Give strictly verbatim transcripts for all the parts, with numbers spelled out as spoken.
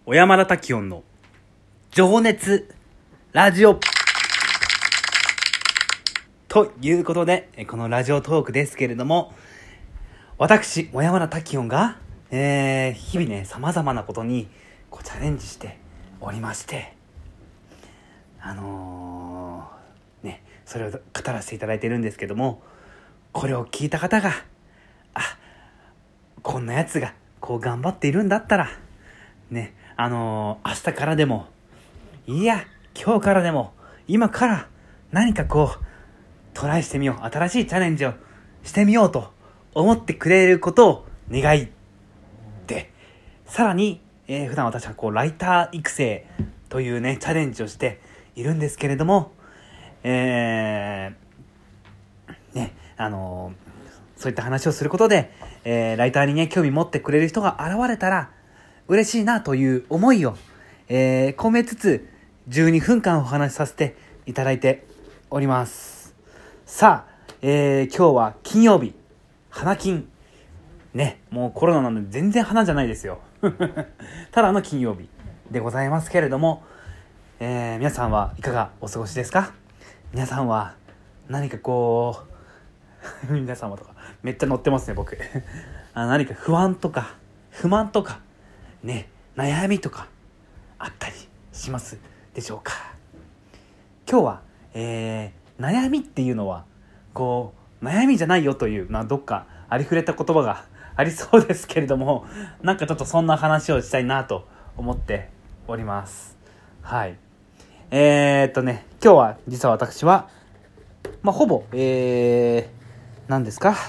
小山田滝音の情熱ラジオということで、このラジオトークですけれども、私小山田滝音が、えー、日々ね様々なことにこうチャレンジしておりまして、あのー、ねそれを語らせていただいているんですけども、これを聞いた方が、あ、こんなやつがこう頑張っているんだったらね、あのー、明日からでもいや今日からでも今から何かこうトライしてみよう、新しいチャレンジをしてみようと思ってくれることを願いで、さらに、えー、普段私はこうライター育成というねチャレンジをしているんですけれども、えー、ねあのー、そういった話をすることで、えー、ライターにね興味持ってくれる人が現れたら嬉しいなという思いを、えー、込めつつじゅうにふんかんお話しさせていただいております。さあ、えー、今日は金曜日、花金ね、もうコロナなので全然花じゃないですよただの金曜日でございますけれども、えー、皆さんはいかがお過ごしですか？皆さんは何かこう皆さんはとかめっちゃ乗ってますね僕あ何か不安とか不満とかね、悩みとかあったりしますでしょうか？今日は、えー、悩みっていうのはこう悩みじゃないよという、まあ、どっかありふれた言葉がありそうですけれども、なんかちょっとそんな話をしたいなと思っております。はいえー、っとね今日は実は私はまあほぼえー、何ですか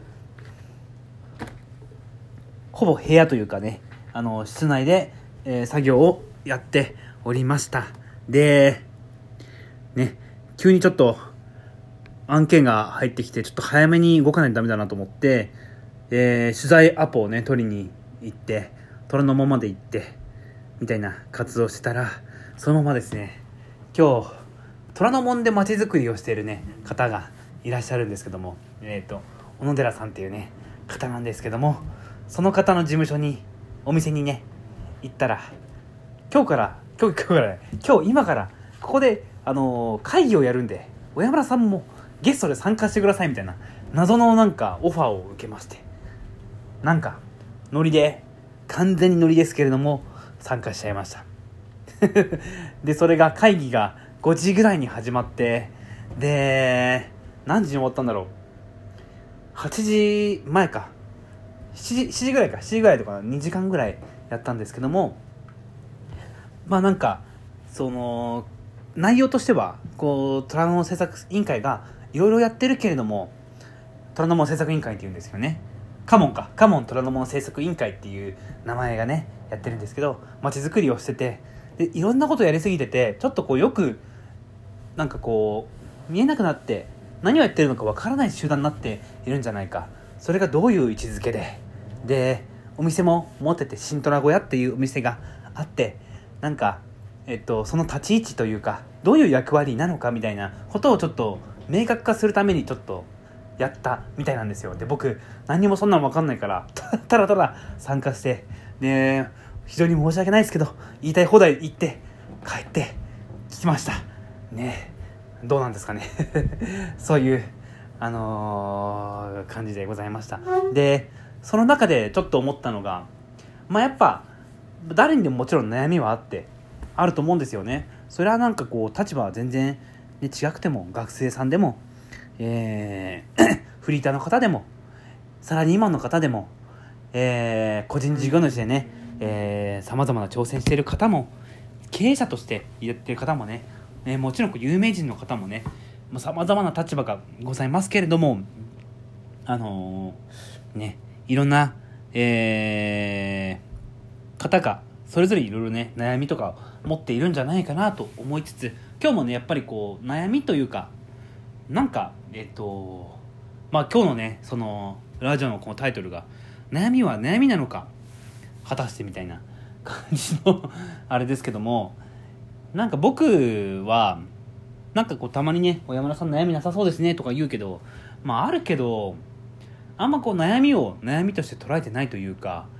ほぼ部屋というかね、あの室内で、えー、作業をやっておりました。でね急にちょっと案件が入ってきて、ちょっと早めに動かないとダメだなと思って、えー、取材アポをね取りに行って虎ノ門まで行ってみたいな活動をしてたら、そのままですね今日虎ノ門で街づくりをしているね方がいらっしゃるんですけども、えっと小野寺さんっていうね方なんですけども、その方の事務所にお店にね行ったら、今日から今日今日から、ね、今日今からここで、あのー、会議をやるんで小山田さんもゲストで参加してくださいみたいな謎のなんかオファーを受けまして、なんかノリで完全にノリですけれども参加しちゃいましたでそれが会議がごじぐらいに始まって、で何時に終わったんだろう、はちじまえかしちじ、しちじぐらいかしちじぐらいとかにじかんぐらいやったんですけども、まあなんかその内容としてはこう虎ノ門制作委員会がいろいろやってるけれども、虎ノ門制作委員会っていうんですよね。カモンかカモン虎ノ門制作委員会っていう名前がねやってるんですけど、街づくりをしてて、でいろんなことやりすぎててちょっとこうよくなんかこう見えなくなって何をやってるのかわからない集団になっているんじゃないか、それがどういう位置づけででお店も持ってて、新虎小屋っていうお店があって、なんかえっとその立ち位置というかどういう役割なのかみたいなことをちょっと明確化するためにちょっとやったみたいなんですよ。で僕何にもそんなの分かんないからただただ参加して、で非常に申し訳ないですけど言いたい放題言って帰って聞きましたね。どうなんですかねそういうあのー、感じでございました。でその中でちょっと思ったのが、まあやっぱ誰にでももちろん悩みはあってあると思うんですよね。それはなんかこう立場は全然、ね、違くても学生さんでも、えー、フリーターの方でもサラリーマンの方でも、えー、個人事業主でね、えー、様々な挑戦している方も、経営者としてやっている方もね、えー、もちろん有名人の方もね、様々な立場がございますけれども、あのー、ねいろんな、えー、方がそれぞれいろいろね悩みとか持っているんじゃないかなと思いつつ、今日もねやっぱりこう悩みというかなんかえっとまあ今日のねそのラジオのこのタイトルが悩みは悩みなのか果たしてみたいな感じのあれですけども、なんか僕はなんかこうたまにね小山田さん悩みなさそうですねとか言うけど、まああるけどあんまこう悩みを悩みとして捉えてないというか、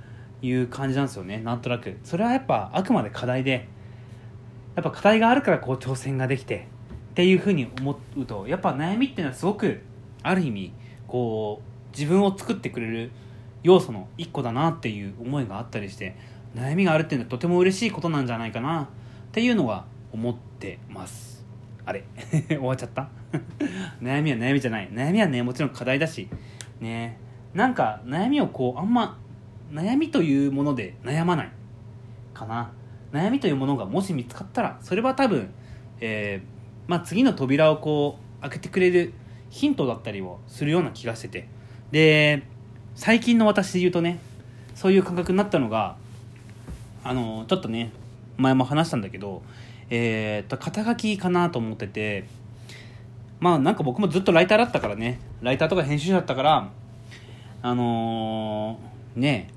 いう感じなんですよね。なんとなくそれはやっぱあくまで課題で、やっぱ課題があるからこう挑戦ができてっていうふうに思うと、やっぱ悩みっていうのはすごくある意味こう自分を作ってくれる要素の一個だなっていう思いがあったりして、悩みがあるっていうのはとても嬉しいことなんじゃないかなっていうのは思ってます。あれ終わっちゃった悩みは悩みじゃない。悩みはねもちろん課題だしね、なんか悩みをこうあんま悩みというもので悩まないかな。悩みというものがもし見つかったら、それは多分、えーまあ、次の扉をこう開けてくれるヒントだったりをするような気がしてて、で最近の私で言うとね、そういう感覚になったのが、あのちょっとね前も話したんだけど、えー、と肩書きかなと思ってて、まあなんか僕もずっとライターだったからね、ライターとか編集者だったから、あのー、ね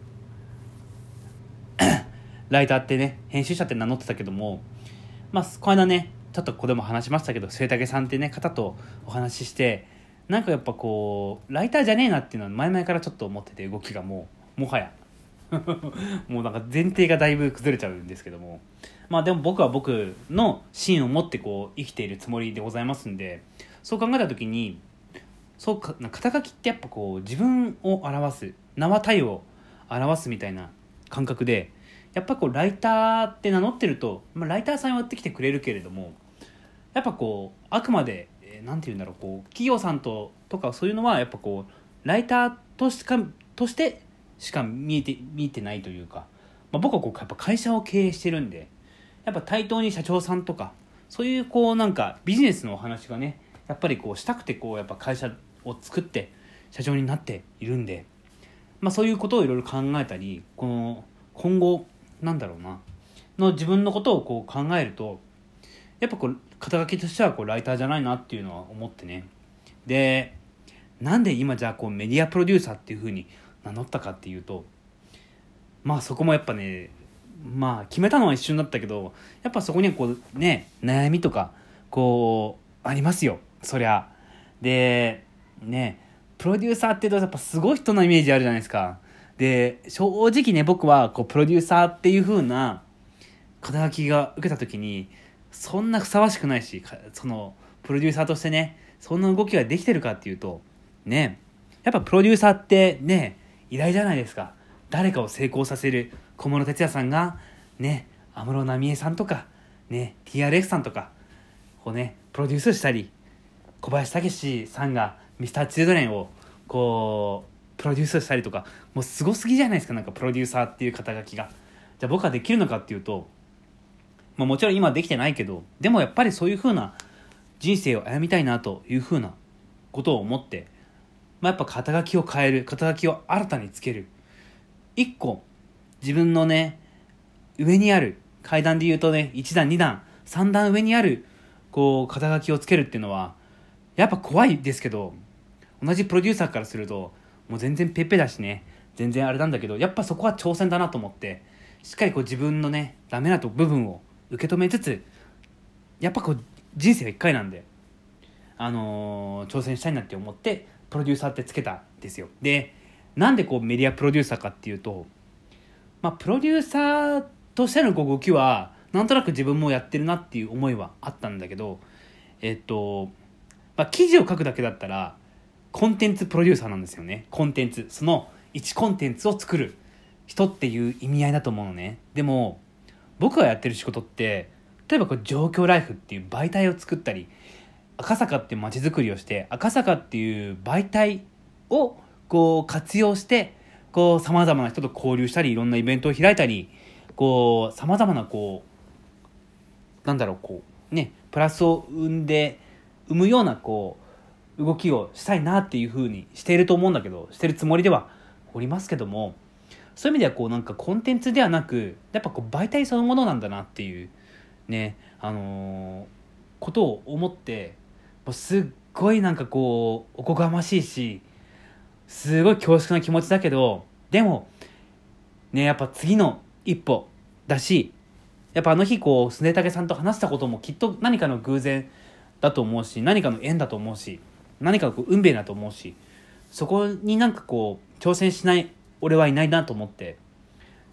ライターってね、編集者って名乗ってたけども、まあこの間ねちょっとここでも話しましたけど、末武さんってね方とお話しして、なんかやっぱこうライターじゃねえなっていうのは前々からちょっと思ってて、動きがもうもはやもうなんか前提がだいぶ崩れちゃうんですけども、まあでも僕は僕の芯を持ってこう生きているつもりでございますんで、そう考えた時に、そうか肩書きってやっぱこう自分を表す、名は体を表すみたいな感覚で、やっぱこうライターって名乗ってると、まあ、ライターさんはやってきてくれるけれども、やっぱこうあくまで、えー、なんていうんだろう、こう企業さんととかそういうのはやっぱこうライターとしかとしてしか見えて見えてないというか、まあ、僕はこうやっぱ会社を経営してるんで、やっぱ対等に社長さんとかそういうこうなんかビジネスのお話がね、やっぱりこうしたくてこうやっぱ会社を作って社長になっているんで、まあ、そういうことをいろいろ考えたり、この今後なんだろうなの自分のことをこう考えると、やっぱこう肩書きとしてはこうライターじゃないなっていうのは思ってね。でなんで今じゃあこうメディアプロデューサーっていう風に名乗ったかっていうと、まあそこもやっぱね、まあ決めたのは一瞬だったけど、やっぱそこにはこうね悩みとかこうありますよ、そりゃ。でねプロデューサーっていうとやっぱすごい人のイメージあるじゃないですか。で正直ね僕はこうプロデューサーっていう風な肩書きが受けた時にそんなふさわしくないし、そのプロデューサーとしてねそんな動きができてるかっていうとね、やっぱプロデューサーってね偉大じゃないですか。誰かを成功させる小室哲哉さんがね、安室奈美恵さんとかね ティーアールエフ さんとかをねプロデュースしたり、小林武史さんがミスターチルドレンをこうプロデュースしたりとか、もうすごすぎじゃないですか、なんかプロデューサーっていう肩書きが。じゃあ僕はできるのかっていうと、まあ、もちろん今はできてないけど、でもやっぱりそういう風な人生を歩みたいなという風なことを思って、まあ、やっぱ肩書きを変える、肩書きを新たにつける、一個自分のね上にある階段で言うとねいち段に段さん段上にあるこう肩書きをつけるっていうのはやっぱ怖いですけど、同じプロデューサーからするともう全然ペッペだしね、全然あれなんだけど、やっぱそこは挑戦だなと思って、しっかりこう自分のねダメなと部分を受け止めつつ、やっぱこう人生はいっかいなんで、あのー、挑戦したいなって思ってプロデューサーってつけたんですよ。でなんでこうメディアプロデューサーかっていうと、まあ、プロデューサーとしての動きはなんとなく自分もやってるなっていう思いはあったんだけど、えっと、まあ、記事を書くだけだったらコンテンツプロデューサーなんですよね。コンテンツ、そのいちコンテンツを作る人っていう意味合いだと思うのね。でも僕がやってる仕事って例えばこう状況ライフっていう媒体を作ったり、赤坂っていう街づくりをして赤坂っていう媒体をこう活用してこう様々な人と交流したり、いろんなイベントを開いたり、こう様々なこうなんだろうこうねプラスを生んで生むようなこう動きをしたいなっていう風にしていると思うんだけど、してるつもりではおりますけども、そういう意味ではこうなんかコンテンツではなくやっぱこう媒体そのものなんだなっていうね、あのー、ことを思って、すっごいなんかこうおこがましいし、すごい恐縮な気持ちだけど、でもねやっぱ次の一歩だし、やっぱあの日こうスネタケさんと話したこともきっと何かの偶然だと思うし、何かの縁だと思うし、何かこう運命だと思うし、そこになんかこう挑戦しない俺はいないなと思って、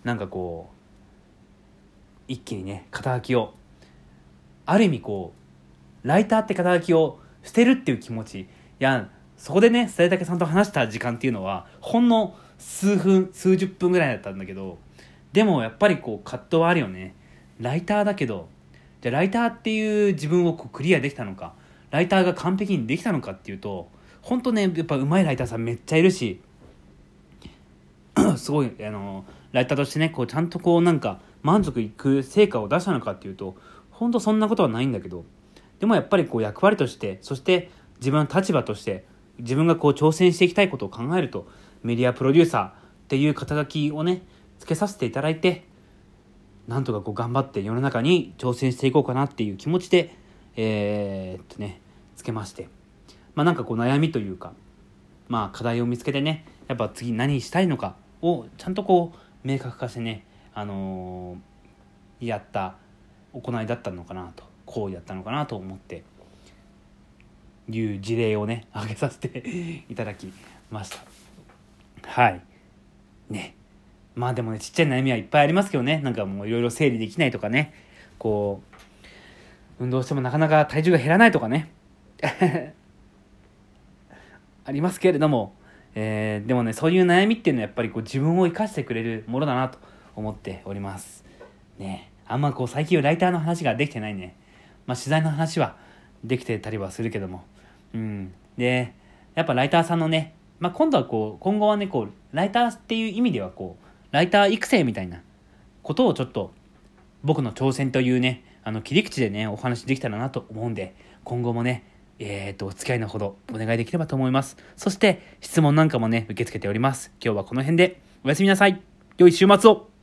なんかこう一気にね肩書きをある意味こうライターって肩書きを捨てるっていう気持ち、いやそこでね佐竹さんと話した時間っていうのはほんの数分数十分ぐらいだったんだけど、でもやっぱりこう葛藤はあるよね。ライターだけど、じゃあライターっていう自分をこうクリアできたのか、ライターが完璧にできたのかっていうと、本当ねやっぱ上手いライターさんめっちゃいるしすごいあのライターとしてねこうちゃんとこうなんか満足いく成果を出したのかっていうと本当そんなことはないんだけど、でもやっぱりこう役割として、そして自分の立場として自分がこう挑戦していきたいことを考えると、メディアプロデューサーっていう肩書きをねつけさせていただいて、なんとかこう頑張って世の中に挑戦していこうかなっていう気持ちでえー、っとねつけまして、まあなんかこう悩みというか、まあ課題を見つけてね、やっぱ次何したいのかをちゃんとこう明確化してね、あのー、やった行いだったのかなと、行為だったのかなと思っていう事例をね挙げさせていただきました。はいね。まあでもねちっちゃい悩みはいっぱいありますけどね、なんかもういろいろ整理できないとかね、こう運動してもなかなか体重が減らないとかねありますけれども、えー、でもねそういう悩みっていうのはやっぱりこう自分を生かしてくれるものだなと思っておりますね。あんまこう最近はライターの話ができてないね。まあ取材の話はできてたりはするけども、うんでやっぱライターさんのね、まあ今度はこう今後はねこうライターっていう意味ではこうライター育成みたいなことをちょっと僕の挑戦というねあの切り口でねお話できたらなと思うんで、今後もねえーとお付き合いのほどお願いできればと思います。そして質問なんかもね受け付けております。今日はこの辺でおやすみなさい。良い週末を。